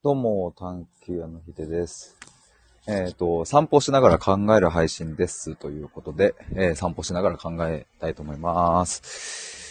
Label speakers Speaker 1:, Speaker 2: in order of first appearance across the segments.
Speaker 1: どうも、探求屋のひでです。散歩しながら考える配信ですということで、散歩しながら考えたいと思います。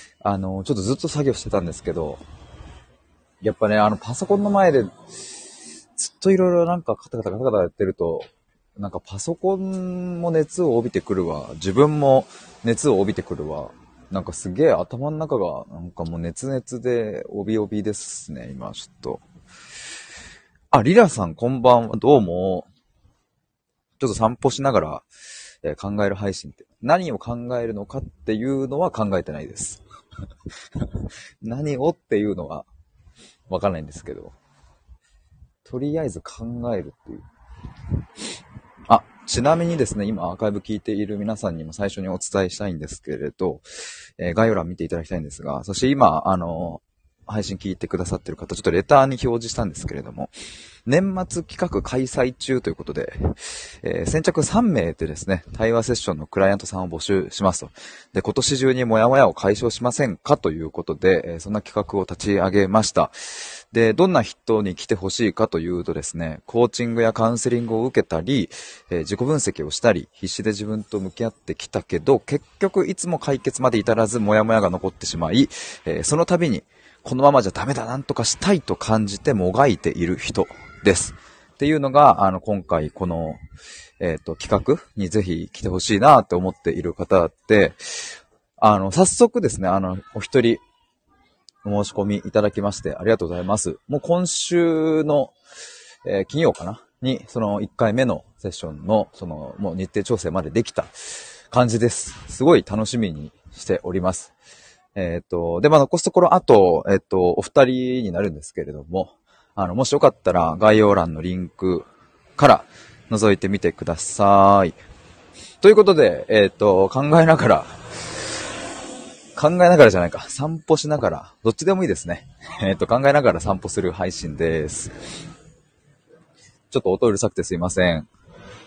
Speaker 1: ちょっとずっと作業してたんですけど、やっぱね、パソコンの前でずっといろいろなんかカタカタカタカタやってると、なんかパソコンも熱を帯びてくるわ、自分も熱を帯びてくるわ、なんかすげえ頭の中がなんかもう熱々で帯帯ですね、今ちょっと。あ、リラさんこんばんは、どうも。ちょっと散歩しながら、考える配信って何を考えるのかっていうのは考えてないです。何をっていうのはわかんないんですけど、とりあえず考えるっていう。あ、ちなみにですね、今アーカイブ聞いている皆さんにも最初にお伝えしたいんですけれど、概要欄見ていただきたいんですが、そして今、配信聞いてくださってる方、ちょっとレターに表示したんですけれども、年末企画開催中ということで、先着3名でですね、対話セッションのクライアントさんを募集しますと。で、今年中にモヤモヤを解消しませんかということで、そんな企画を立ち上げました。で、どんな人に来てほしいかというとですね、コーチングやカウンセリングを受けたり、自己分析をしたり、必死で自分と向き合ってきたけど、結局いつも解決まで至らず、モヤモヤが残ってしまい、その度に、このままじゃダメだ、なんとかしたいと感じてもがいている人です。っていうのが、今回この、企画にぜひ来てほしいなって思っている方って、早速ですね、お一人、お申し込みいただきましてありがとうございます。もう今週の、金曜かなに、その1回目のセッションの、もう日程調整までできた感じです。すごい楽しみにしております。で、残すところ、あと、お二人になるんですけれども、もしよかったら概要欄のリンクから覗いてみてください。ということで、考えながらじゃないか。散歩しながら、どっちでもいいですね。考えながら散歩する配信です。ちょっと音うるさくてすいません。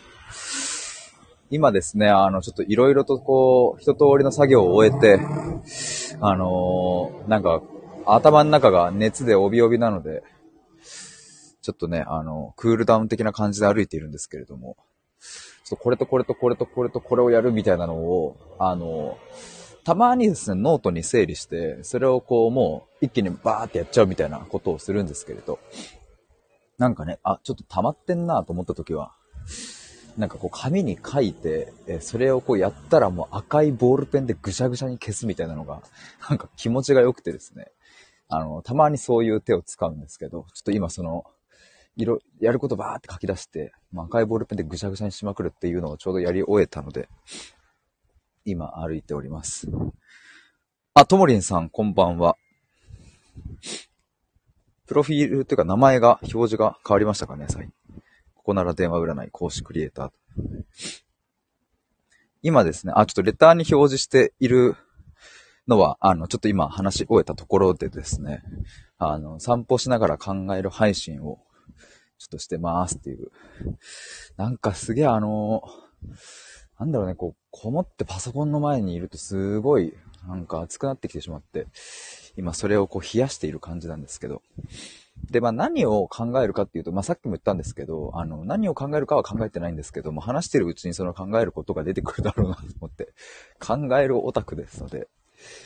Speaker 1: 今ですね、ちょっといろいろとこう、一通りの作業を終えて、なんか、頭の中が熱で帯帯なので、ちょっとね、クールダウン的な感じで歩いているんですけれども、ちょっとこれとこれとこれとこれとこれをやるみたいなのを、たまにですね、ノートに整理して、それをこうもう一気にバーってやっちゃうみたいなことをするんですけれど、なんかね、ちょっと溜まってんなと思った時は、なんかこう紙に書いて、それをこうやったらもう赤いボールペンでぐしゃぐしゃに消すみたいなのが、なんか気持ちが良くてですね、たまにそういう手を使うんですけど、ちょっと今やることバーって書き出して、赤いボールペンでぐしゃぐしゃにしまくるっていうのをちょうどやり終えたので、今歩いております。あ、ともりんさん、こんばんは。プロフィールというか名前が、表示が変わりましたかね、最近。ここなら電話占い公式クリエイター。今ですね、ちょっとレターに表示しているのは、ちょっと今話し終えたところでですね、散歩しながら考える配信をちょっとしてますっていう。なんかすげえなんだろうね、こう、こもってパソコンの前にいるとすごい、なんか熱くなってきてしまって、今それをこう冷やしている感じなんですけど。で、何を考えるかっていうと、さっきも言ったんですけど、何を考えるかは考えてないんですけども、話してるうちにその考えることが出てくるだろうなと思って、考えるオタクですので、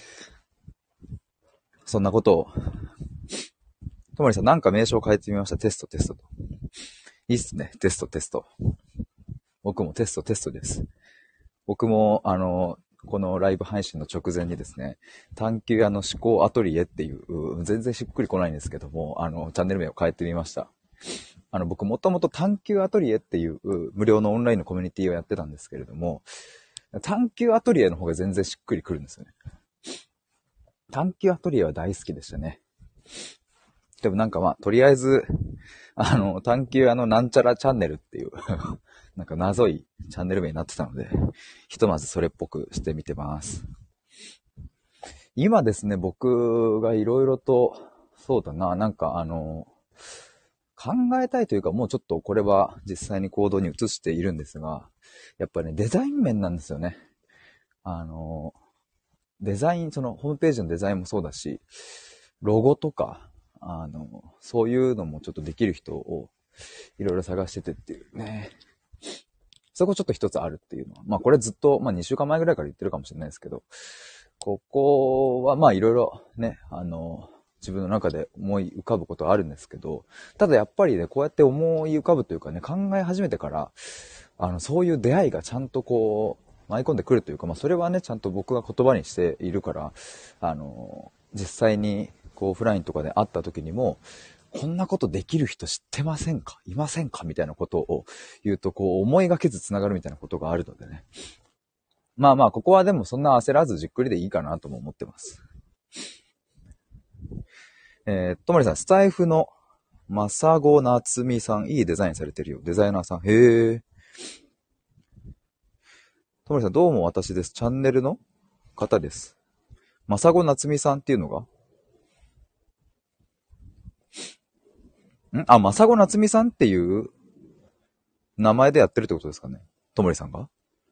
Speaker 1: そんなことを、ともりさんなんか名称を変えてみました。テストテストと。いいっすね。テストテスト。僕もテストテストです。僕も、このライブ配信の直前にですね、探求屋の思考アトリエっていう、全然しっくりこないんですけども、チャンネル名を変えてみました。僕もともと探求アトリエっていう無料のオンラインのコミュニティをやってたんですけれども、探求アトリエの方が全然しっくりくるんですよね。探求アトリエは大好きでしたね。でもなんかとりあえず、探求屋のなんちゃらチャンネルっていうなんか謎いチャンネル名になってたので、ひとまずそれっぽくしてみてます。今ですね、僕がいろいろと、そうだな、なんか考えたいというか、もうちょっとこれは実際に行動に移しているんですが、やっぱりね、デザイン面なんですよね。デザイン、そのホームページのデザインもそうだし、ロゴとか、 そういうのもちょっとできる人をいろいろ探しててっていうね。そこちょっと一つあるっていうのは。まあこれずっと、まあ2週間前ぐらいから言ってるかもしれないですけど、ここはまあいろいろね、自分の中で思い浮かぶことはあるんですけど、ただやっぱりね、こうやって思い浮かぶというかね、考え始めてから、そういう出会いがちゃんとこう、舞い込んでくるというか、まあそれはね、ちゃんと僕が言葉にしているから、実際にこうオフラインとかで会った時にも、こんなことできる人知ってませんかいませんかみたいなことを言うと、こう思いがけずつながるみたいなことがあるのでね。まあまあ、ここはでもそんな焦らずじっくりでいいかなとも思ってます。ともりさん、スタイフのまさごなつみさん、いいデザインされてるよ。デザイナーさん。へえ。ともりさん、どうも私です。チャンネルの方です。まさごなつみさんっていうのがまさごなつみさんっていう名前でやってるってことですかね。ともりさんが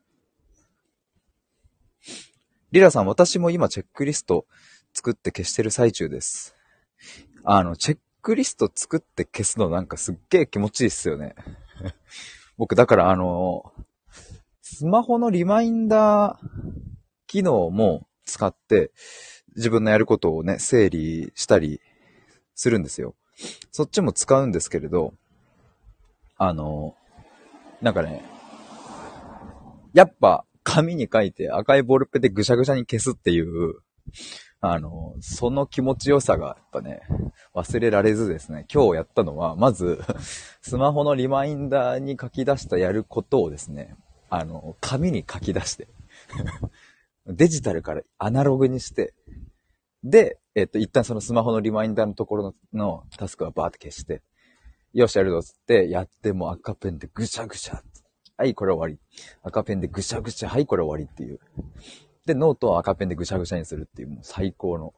Speaker 1: リラさん、私も今チェックリスト作って消してる最中です。チェックリスト作って消すのなんかすっげー気持ちいいっすよね。僕、だからスマホのリマインダー機能も使って、自分のやることをね、整理したりするんですよ。そっちも使うんですけれど、なんかね、やっぱ紙に書いて赤いボールペンでぐしゃぐしゃに消すっていう、その気持ちよさがやっぱね、忘れられずですね、今日やったのは、まず、スマホのリマインダーに書き出したやることをですね、紙に書き出して、デジタルからアナログにして、で、一旦そのスマホのリマインダーのところのタスクはバーって消して、よし、やるぞっつって、やっても赤ペンでぐしゃぐしゃ。はい、これ終わり。赤ペンでぐしゃぐしゃ。はい、これ終わりっていう。で、ノートは赤ペンでぐしゃぐしゃにするっていう、もう最高の。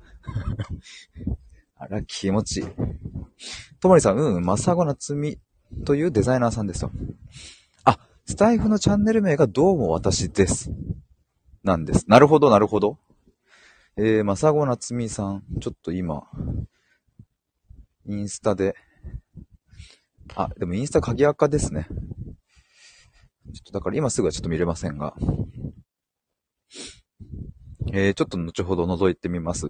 Speaker 1: あら、気持ちいい。ともりさん、まさごなつみというデザイナーさんですよ。あ、スタイフのチャンネル名がどうも私です。なんです。なるほど、なるほど。まさごなつみさん、ちょっと今、インスタで、でもインスタ鍵垢ですね。ちょっとだから今すぐはちょっと見れませんが。ちょっと後ほど覗いてみます。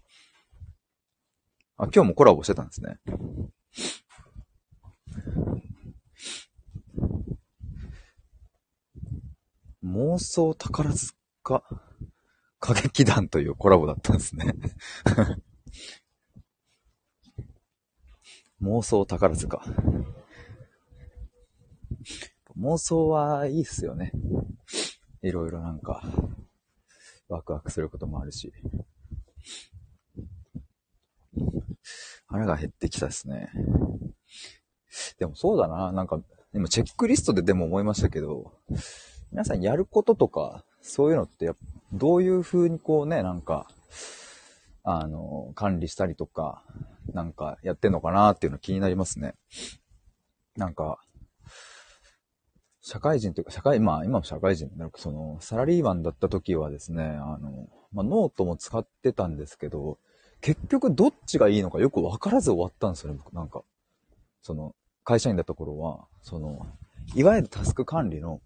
Speaker 1: 今日もコラボしてたんですね。妄想宝塚歌劇団というコラボだったんですね。妄想宝塚。妄想はいいっすよね。いろいろなんか、ワクワクすることもあるし。腹が減ってきたですね。でもそうだな。なんか、今チェックリストででも思いましたけど、皆さんやることとか、そういうのってどういう風にこうね、なんか、管理したりとか、なんかやってんのかなっていうの気になりますね。なんか、社会人というか、まあ今も社会人なのか、サラリーマンだった時はですね、ノートも使ってたんですけど、結局どっちがいいのかよくわからず終わったんですよね、僕なんか。会社員だった頃は、いわゆるタスク管理の、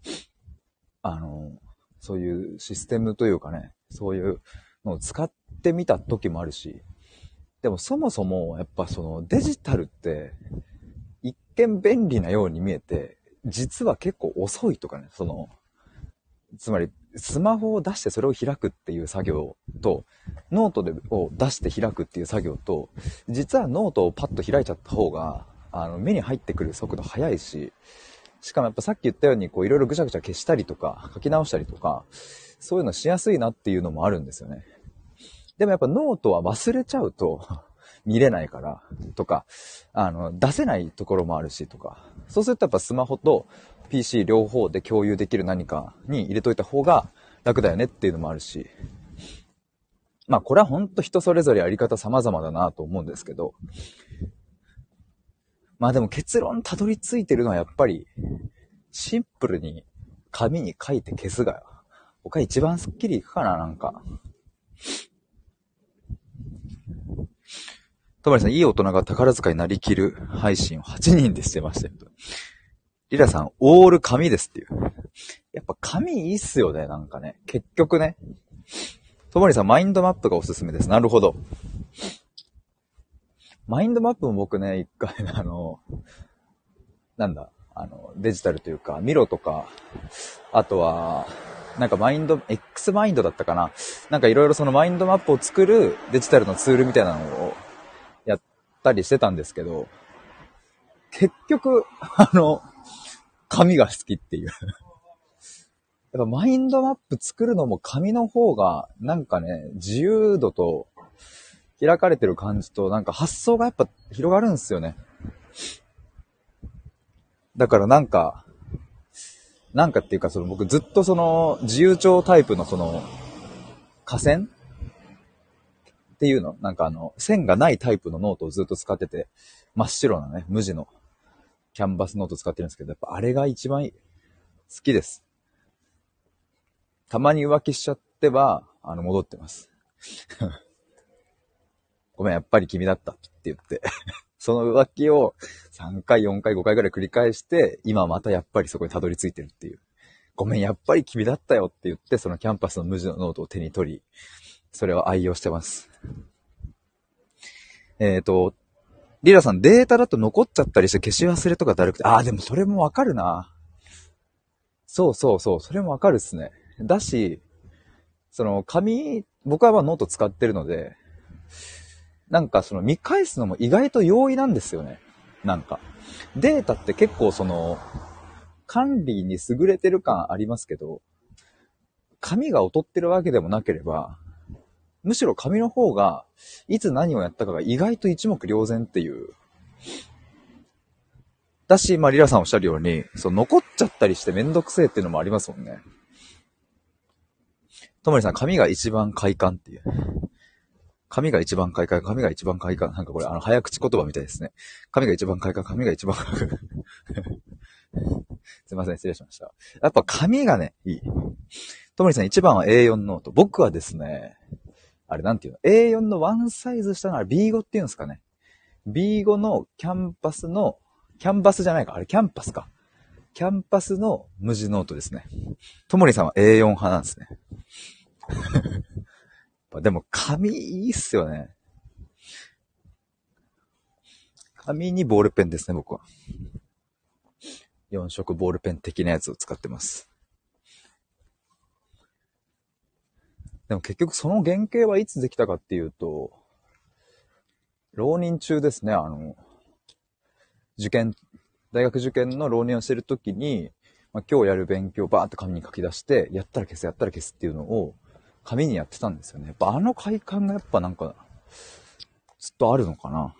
Speaker 1: そういうシステムというかね、そういうのを使ってみた時もあるし、でもそもそもやっぱデジタルって一見便利なように見えて、実は結構遅いとかね、つまりスマホを出してそれを開くっていう作業と、ノートを出して開くっていう作業と、実はノートをパッと開いちゃった方が、目に入ってくる速度速いし、しかもやっぱさっき言ったように、こういろいろぐちゃぐちゃ消したりとか、書き直したりとか、そういうのしやすいなっていうのもあるんですよね。でもやっぱノートは忘れちゃうと見れないから、とか、出せないところもあるしとか、そうするとやっぱスマホと PC 両方で共有できる何かに入れといた方が楽だよねっていうのもあるし、まあこれはほんと人それぞれやり方様々だなと思うんですけど、まあでも結論たどり着いてるのはやっぱりシンプルに紙に書いて消すが、僕は一番スッキリいくかな、なんか。 ともりさん、いい大人が宝塚になりきる配信を8人でしてましたよ。リラさん、オール紙ですっていう。やっぱ紙いいっすよね、なんかね。結局ね。ともりさん、マインドマップがおすすめです。なるほど。マインドマップも僕ね、一回デジタルというか、ミロとか、あとは、なんかX マインドだったかな。なんかいろいろそのマインドマップを作るデジタルのツールみたいなのをやったりしてたんですけど、結局、紙が好きっていう。やっぱマインドマップ作るのも紙の方が、なんかね、自由度と開かれてる感じと、なんか発想がやっぱ広がるんですよね。だからなんかっていうか、僕ずっと自由帳タイプの下線っていうのなんか線がないタイプのノートをずっと使ってて、真っ白なね、無地のキャンバスノート使ってるんですけど、やっぱあれが一番好きです。たまに浮気しちゃっては、戻ってます。ごめん、やっぱり君だったって言って。その浮気を3回、4回、5回ぐらい繰り返して、今またやっぱりそこにたどり着いてるっていう。ごめん、やっぱり君だったよって言って、そのキャンパスの無地のノートを手に取り、それを愛用してます。リラさん、データだと残っちゃったりして消し忘れとかだるくて、でもそれもわかるな。そうそうそう、それもわかるっすね。だし、僕はノート使ってるので、なんか見返すのも意外と容易なんですよね。なんか。データって結構管理に優れてる感ありますけど、紙が劣ってるわけでもなければ、むしろ紙の方が、いつ何をやったかが意外と一目瞭然っていう。だし、リラさんおっしゃるように、残っちゃったりしてめんどくせえっていうのもありますもんね。ともりさん、紙が一番快感っていう。紙が一番快感、紙が一番快感。なんかこれ、早口言葉みたいですね。紙が一番快感、紙が一番快感。すいません、失礼しました。やっぱ紙がね、いい。ともりさん、一番は A4 ノート。僕はですね、あれなんていうの ?A4 のワンサイズ下のB5 っていうんですかね。B5 のキャンパスじゃないか。あれキャンパスか。キャンパスの無地ノートですね。ともりさんは A4 派なんですね。でも紙いいっすよね。紙にボールペンですね、僕は。4色ボールペン的なやつを使ってます。でも結局その原型はいつできたかっていうと、浪人中ですね、大学受験の浪人をしてるときに、今日やる勉強をバーって紙に書き出して、やったら消すっていうのを紙にやってたんですよね。やっぱ快感がやっぱなんか、ずっとあるのかな。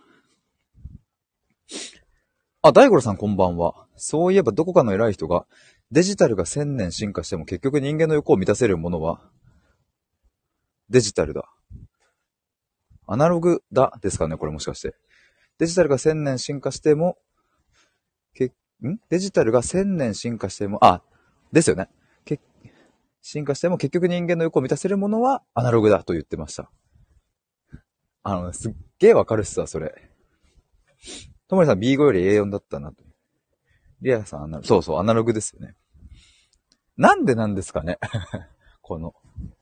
Speaker 1: 大五郎さんこんばんは。そういえばどこかの偉い人が、デジタルが1000年進化しても結局人間の欲を満たせるものは、デジタルだ。アナログだですかね、これもしかして。デジタルが1000年進化しても、デジタルが1000年進化しても、ですよね。進化しても結局人間の欲を満たせるものはアナログだと言ってました。すっげえわかるっすわ、それ。ともりさん B5 より A4 だったなと。リアさんそうそう、アナログですよね。なんでなんですかねこの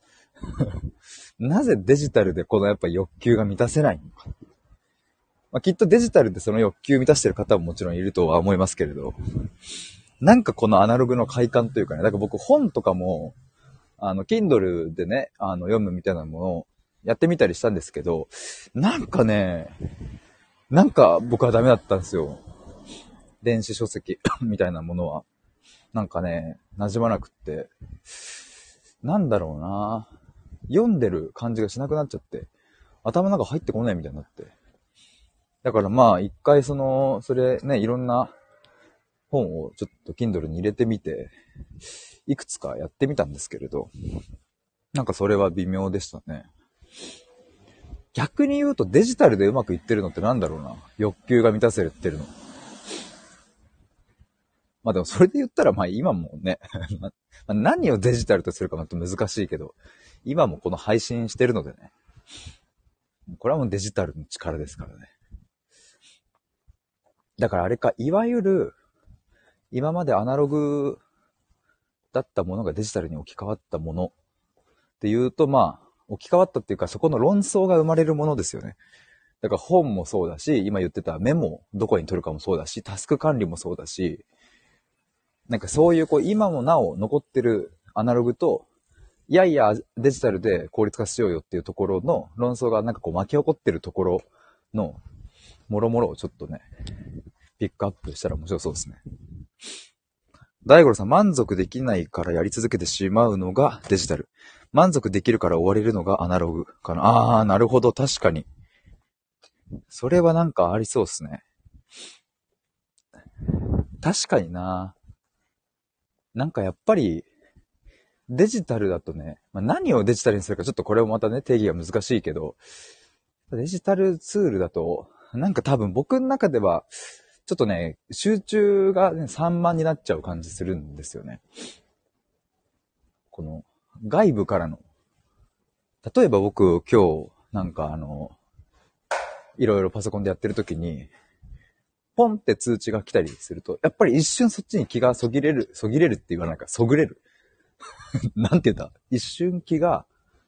Speaker 1: なぜデジタルでこのやっぱ欲求が満たせないのか。きっとデジタルでその欲求を満たしてる方ももちろんいるとは思いますけれど、なんかこのアナログの快感というかね、だから僕本とかも、Kindle でね、読むみたいなものをやってみたりしたんですけど、なんか僕はダメだったんですよ。電子書籍みたいなものは。なんかね、馴染まなくって。なんだろうな。読んでる感じがしなくなっちゃって、頭の中入ってこないみたいになって。だから一回それね、いろんな本をちょっと Kindle に入れてみて、いくつかやってみたんですけれど、なんかそれは微妙でしたね。逆に言うとデジタルでうまくいってるのってなんだろうな。欲求が満たせるってるの。でもそれで言ったら今もね何をデジタルとするかまた難しいけど、今もこの配信してるのでね。これはもうデジタルの力ですからね。 だからあれか、いわゆる、今までアナログだったものがデジタルに置き換わったものっていうと、まあ、置き換わったっていうか、そこの論争が生まれるものですよね。だから本もそうだし、今言ってたメモどこに取るかもそうだし、タスク管理もそうだし、なんかそういう今もなお残ってるアナログと、いやいやデジタルで効率化しようよっていうところの論争がなんか巻き起こってるところのもろもろをちょっとね、ピックアップしたら面白そうですね。大五郎さん、満足できないからやり続けてしまうのがデジタル。満足できるから終われるのがアナログかな。なるほど。確かに。それはなんかありそうですね。確かにな。なんかやっぱり、デジタルだとね、何をデジタルにするかちょっとこれもまたね、定義が難しいけど、デジタルツールだと、なんか多分僕の中では、ちょっとね、集中が、ね、散漫になっちゃう感じするんですよね。この、外部からの。例えば僕今日、なんかいろいろパソコンでやってる時に、ポンって通知が来たりすると、やっぱり一瞬そっちに気がそぎれるって言わないか、そぐれる。なんて言った一瞬気が、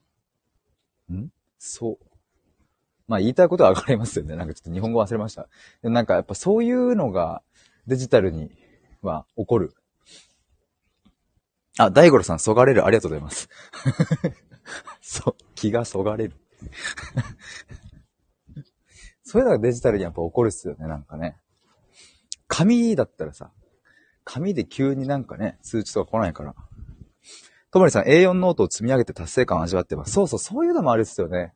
Speaker 1: そう。まあ言いたいことはわかりますよね。なんかちょっと日本語忘れました。でなんかやっぱそういうのがデジタルには起こる。あ、大五郎さん、そがれる。ありがとうございます。気がそがれる。そういうのがデジタルにやっぱ起こるっすよね、なんかね。紙だったらさ、紙で急になんかね、通知とか来ないから。ともりさん、A4 ノートを積み上げて達成感を味わってます。そうそう、そういうのもあるっすよね。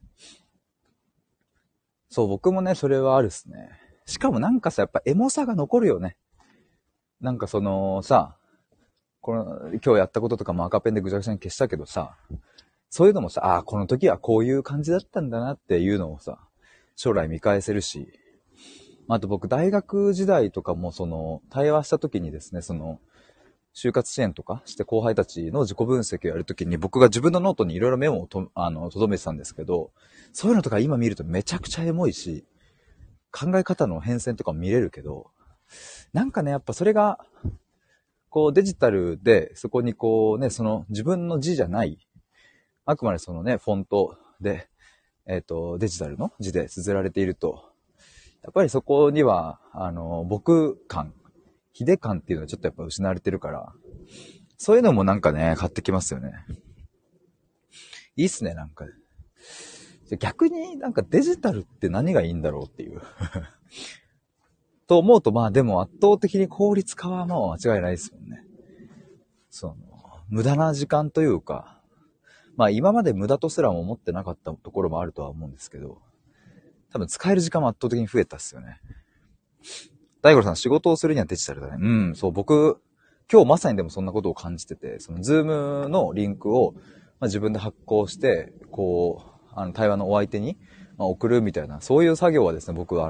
Speaker 1: そう、僕もね、それはあるっすね。しかもなんかさ、やっぱエモさが残るよね。なんかそのさ、この、今日やったこととかも赤ペンでぐちゃぐちゃに消したけどさ、そういうのもさ、この時はこういう感じだったんだなっていうのをさ、将来見返せるし、あと僕大学時代とかもその、対話した時にですね、その、就活支援とかして後輩たちの自己分析をやるときに僕が自分のノートにいろいろメモを留めてたんですけど、そういうのとか今見るとめちゃくちゃエモいし、考え方の変遷とかも見れるけど、なんかね、やっぱそれが、デジタルでそこにその自分の字じゃない、あくまでそのね、フォントで、デジタルの字で綴られていると、やっぱりそこには、僕感、秀感っていうのはちょっとやっぱ失われてるから、そういうのもなんかね、買ってきますよね。いいっすね、なんか。逆になんかデジタルって何がいいんだろうっていう。と思うと、まあでも圧倒的に効率化はまあ間違いないですもんね。その、無駄な時間というか、まあ今まで無駄とすらも思ってなかったところもあるとは思うんですけど、多分使える時間も圧倒的に増えたっすよね。大五郎さん、仕事をするにはデジタルだね。うん、そう、僕、今日まさにでもそんなことを感じてて、そのズームのリンクを、自分で発行して、対話のお相手に、送るみたいな、そういう作業はですね、僕は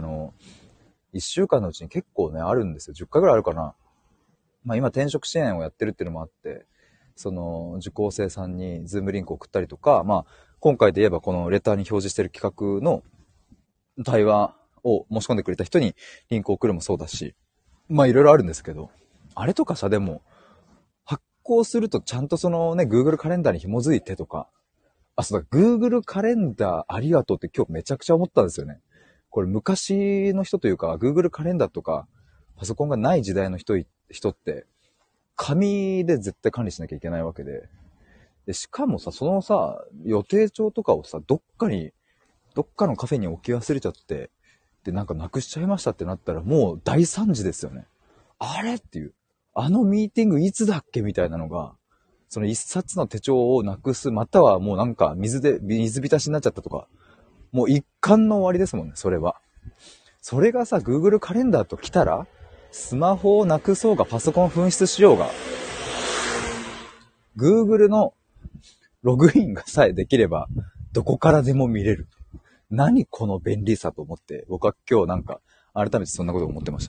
Speaker 1: 1週間のうちに結構ね、あるんですよ。10回ぐらいあるかな。今転職支援をやってるっていうのもあって、その受講生さんにズームリンクを送ったりとか、今回で言えばこのレターに表示してる企画の対話を申し込んでくれた人にリンクを送るもそうだし、いろいろあるんですけど、あれとかさ、でも、発行するとちゃんとそのね、Google カレンダーに紐づいてとか、そうだ、Google カレンダーありがとうって今日めちゃくちゃ思ったんですよね。これ昔の人というか、Google カレンダーとか、パソコンがない時代の人って、紙で絶対管理しなきゃいけないわけで、しかもさ、そのさ、予定帳とかをさ、どっかのカフェに置き忘れちゃって、で、なんかなくしちゃいましたってなったら、もう大惨事ですよね。あれっていう。あのミーティングいつだっけみたいなのが、その一冊の手帳をなくす、またはもうなんか水浸しになっちゃったとか、もう一貫の終わりですもんね、それは。それがさ、Google カレンダーと来たら、スマホをなくそうが、パソコン紛失しようが、Google のログインがさえできれば、どこからでも見れる。何この便利さと思って、僕は今日なんか、改めてそんなことを思ってました。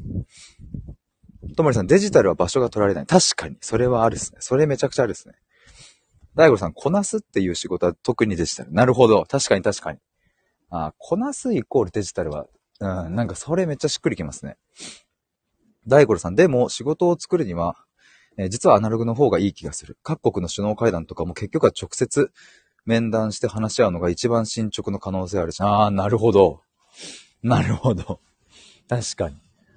Speaker 1: ともりさん、デジタルは場所が取られない。確かに、それはあるですね。それめちゃくちゃあるですね。大悟さん、こなすっていう仕事は特にデジタル。なるほど。確かに確かに。こなすイコールデジタルは、 なんかそれめっちゃしっくりきますね。大五郎さん、でも仕事を作るには、実はアナログの方がいい気がする。各国の首脳会談とかも結局は直接面談して話し合うのが一番進捗の可能性あるし。ああ、なるほど。なるほど。確かに。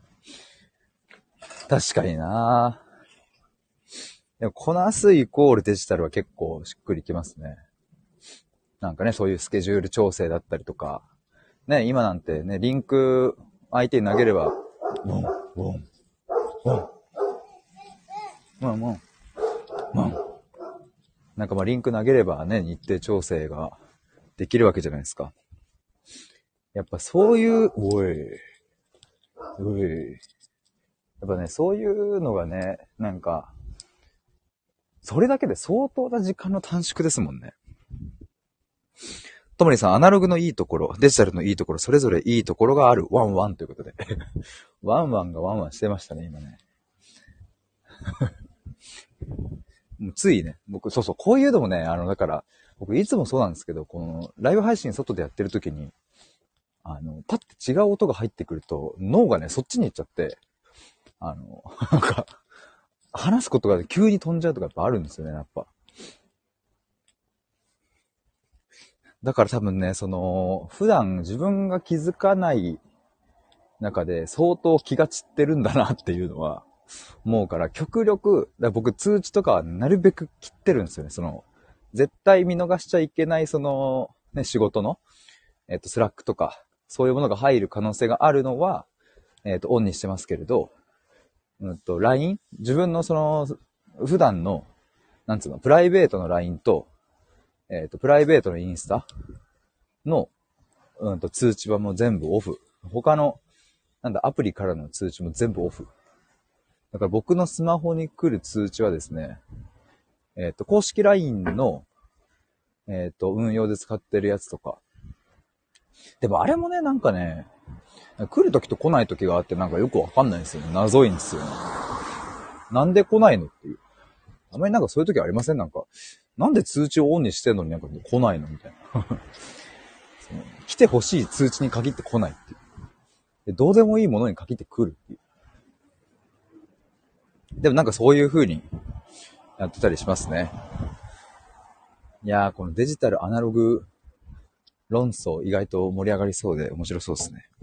Speaker 1: 確かにな。でもこなすイコールデジタルは結構しっくりきますね。なんかね、そういうスケジュール調整だったりとか。ね、今なんてね、リンク相手に投げれば、ボン、ボン、ボン、ボン、ボン、ボン。なんかリンク投げればね、日程調整ができるわけじゃないですか。やっぱそういう、おい。やっぱね、そういうのがね、なんか、それだけで相当な時間の短縮ですもんね。ともりさん、アナログのいいところ、デジタルのいいところ、それぞれいいところがある。ワンワンということで。ワンワンがワンワンしてましたね、今ね。もうついね、僕、そうそう、こういうのもね、だから、僕いつもそうなんですけど、この、ライブ配信外でやってる時に、パッて違う音が入ってくると、脳がね、そっちに行っちゃって、なんか、話すことが急に飛んじゃうとかやっぱあるんですよね、やっぱ。だから多分ね、普段自分が気づかない中で相当気が散ってるんだなっていうのは、思うから極力、僕通知とかはなるべく切ってるんですよね。絶対見逃しちゃいけないね、仕事の、スラックとか、そういうものが入る可能性があるのは、オンにしてますけれど、LINE? 自分の普段の、なんつうの、プライベートの LINE と、プライベートのインスタの、通知はもう全部オフ。他の、アプリからの通知も全部オフ。だから僕のスマホに来る通知はですね、公式 LINE の、運用で使ってるやつとか。でもあれもね、なんかね、来るときと来ないときがあってなんかよくわかんないんですよね。謎いんですよね。なんで来ないのっていう。あまりなんかそういうときありません？なんか、なんで通知をオンにしてんのになんか来ないのみたいな。来てほしい通知に限って来ないっていう。でどうでもいいものに限って来るっていう。でもなんかそういう風にやってたりしますね。いやー、このデジタルアナログ論争意外と盛り上がりそうで面白そうですね。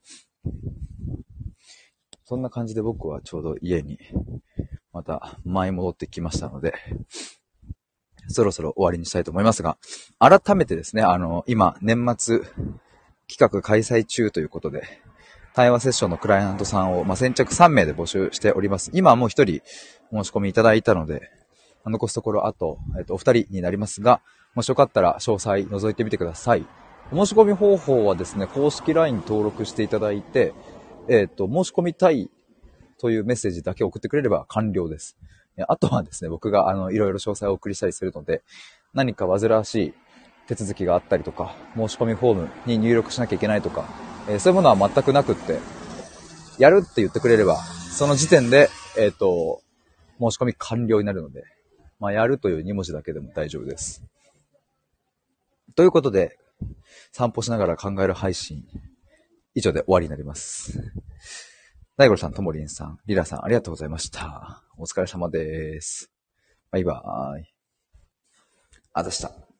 Speaker 1: そんな感じで僕はちょうど家にまた舞い戻ってきましたので、そろそろ終わりにしたいと思いますが、改めてですね、今年末企画開催中ということで、対話セッションのクライアントさんを、先着3名で募集しております。今はもう1人申し込みいただいたので、残すところあと、お二人になりますが、もしよかったら詳細覗いてみてください。申し込み方法はですね、公式 LINE 登録していただいて、申し込みたいというメッセージだけ送ってくれれば完了です。あとはですね、僕がいろいろ詳細をお送りしたりするので、何か煩わしい手続きがあったりとか、申し込みフォームに入力しなきゃいけないとか、そういうものは全くなくって、やるって言ってくれれば、その時点で、申し込み完了になるので、やるという2文字だけでも大丈夫です。ということで、散歩しながら考える配信、以上で終わりになります。大五郎さん、ともりんさん、リラさん、ありがとうございました。お疲れ様です。バイバーイ。あざした。